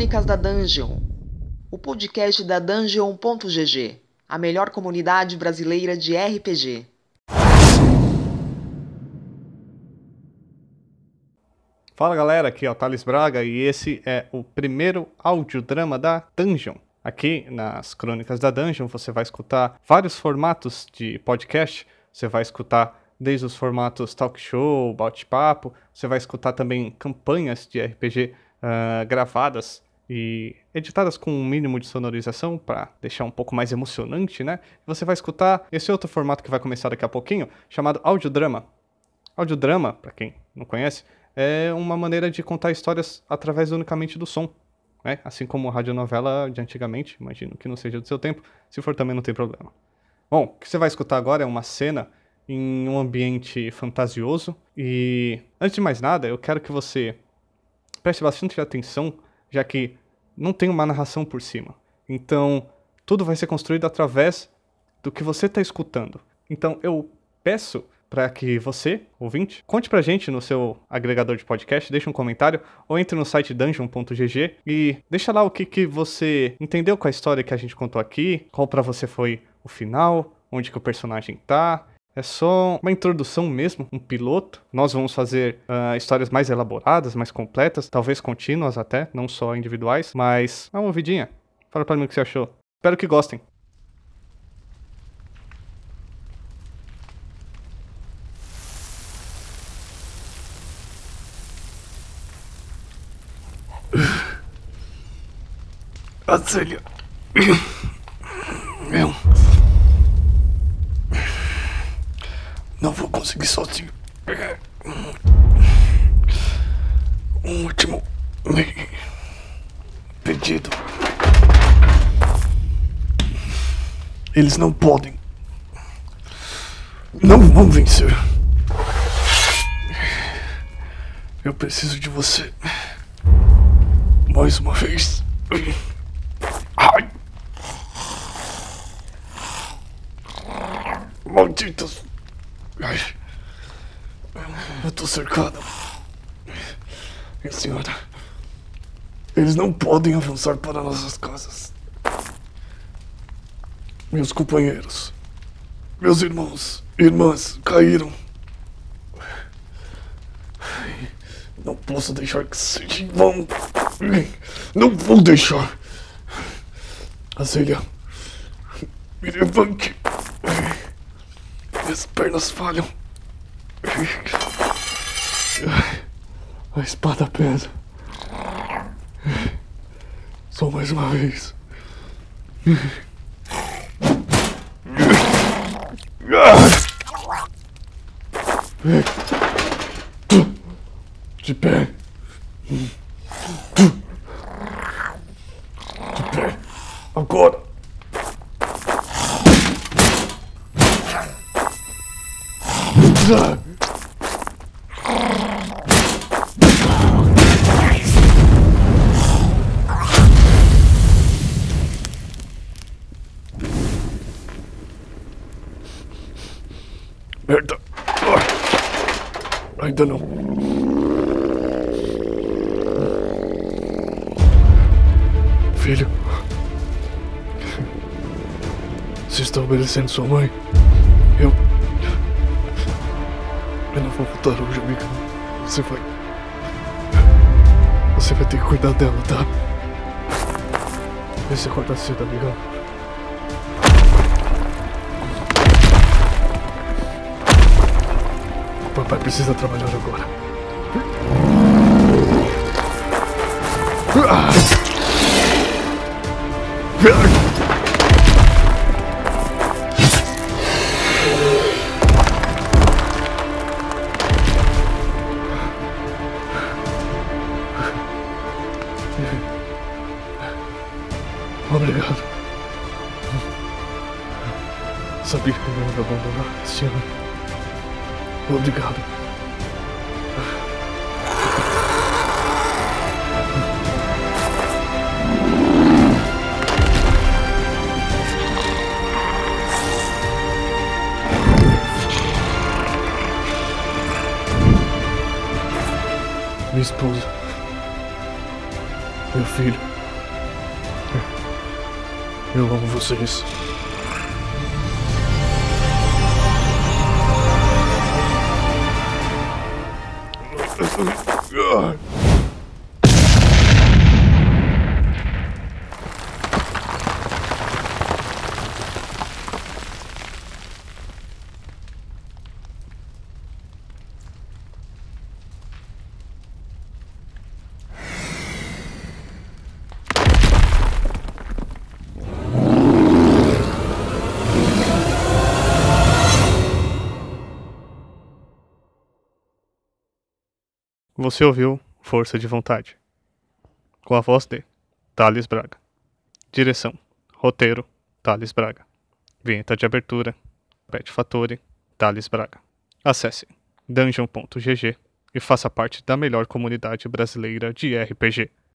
Crônicas da Dungeon, o podcast da Dungeon.gg, a melhor comunidade brasileira de RPG. Fala galera, aqui é o Thales Braga e esse é o primeiro audiodrama da Dungeon. Aqui nas Crônicas da Dungeon você vai escutar vários formatos de podcast, você vai escutar desde os formatos talk show, bate-papo, você vai escutar também campanhas de RPG gravadas e editadas com um mínimo de sonorização para deixar um pouco mais emocionante, né? Você vai escutar esse outro formato que vai começar daqui a pouquinho, chamado audiodrama. Audiodrama, para quem não conhece, é uma maneira de contar histórias através unicamente do som, né? Assim como a radionovela de antigamente, imagino que não seja do seu tempo, se for também não tem problema. Bom, o que você vai escutar agora é uma cena em um ambiente fantasioso e, antes de mais nada, eu quero que você preste bastante atenção, já que não tem uma narração por cima. Então, tudo vai ser construído através do que você está escutando. Então, eu peço para que você, ouvinte, conte pra gente no seu agregador de podcast, deixe um comentário ou entre no site dungeon.gg e deixa lá o que você entendeu com a história que a gente contou aqui, qual pra você foi o final, onde que o personagem tá. É só uma introdução mesmo, um piloto. Nós vamos fazer histórias mais elaboradas, mais completas, talvez contínuas até, não só individuais, mas dá uma ouvidinha. Fala pra mim o que você achou. Espero que gostem. Acélia, eu não vou conseguir sozinho. Um último pedido. Eles não podem. Não vão vencer. Eu preciso de você. Mais uma vez. Ai! Malditos! Ai! Eu tô cercado. Minha senhora, eles não podem avançar para nossas casas. Meus companheiros, meus irmãos e irmãs caíram. Não posso deixar que seja em vão. Não vou deixar. Acélia, me levante. Minhas pernas falham. A espada pesa. Só mais uma vez. De pé. De pé. Agora. Merda. Ainda não. Filho, você está obedecendo sua mãe? Eu não vou voltar hoje, amiga. Você vai ter que cuidar dela, tá? Vê se acorda cedo, amigão. O papai precisa trabalhar agora. Obrigado. Sabia que não ia abandonar esse ano. Obrigado. Minha esposa. Meu filho. Eu amo vocês. Você ouviu Força de Vontade, com a voz de Thales Braga. Direção, roteiro, Thales Braga. Vinheta de abertura, Pet Fattori, Thales Braga. Acesse dungeon.gg e faça parte da melhor comunidade brasileira de RPG.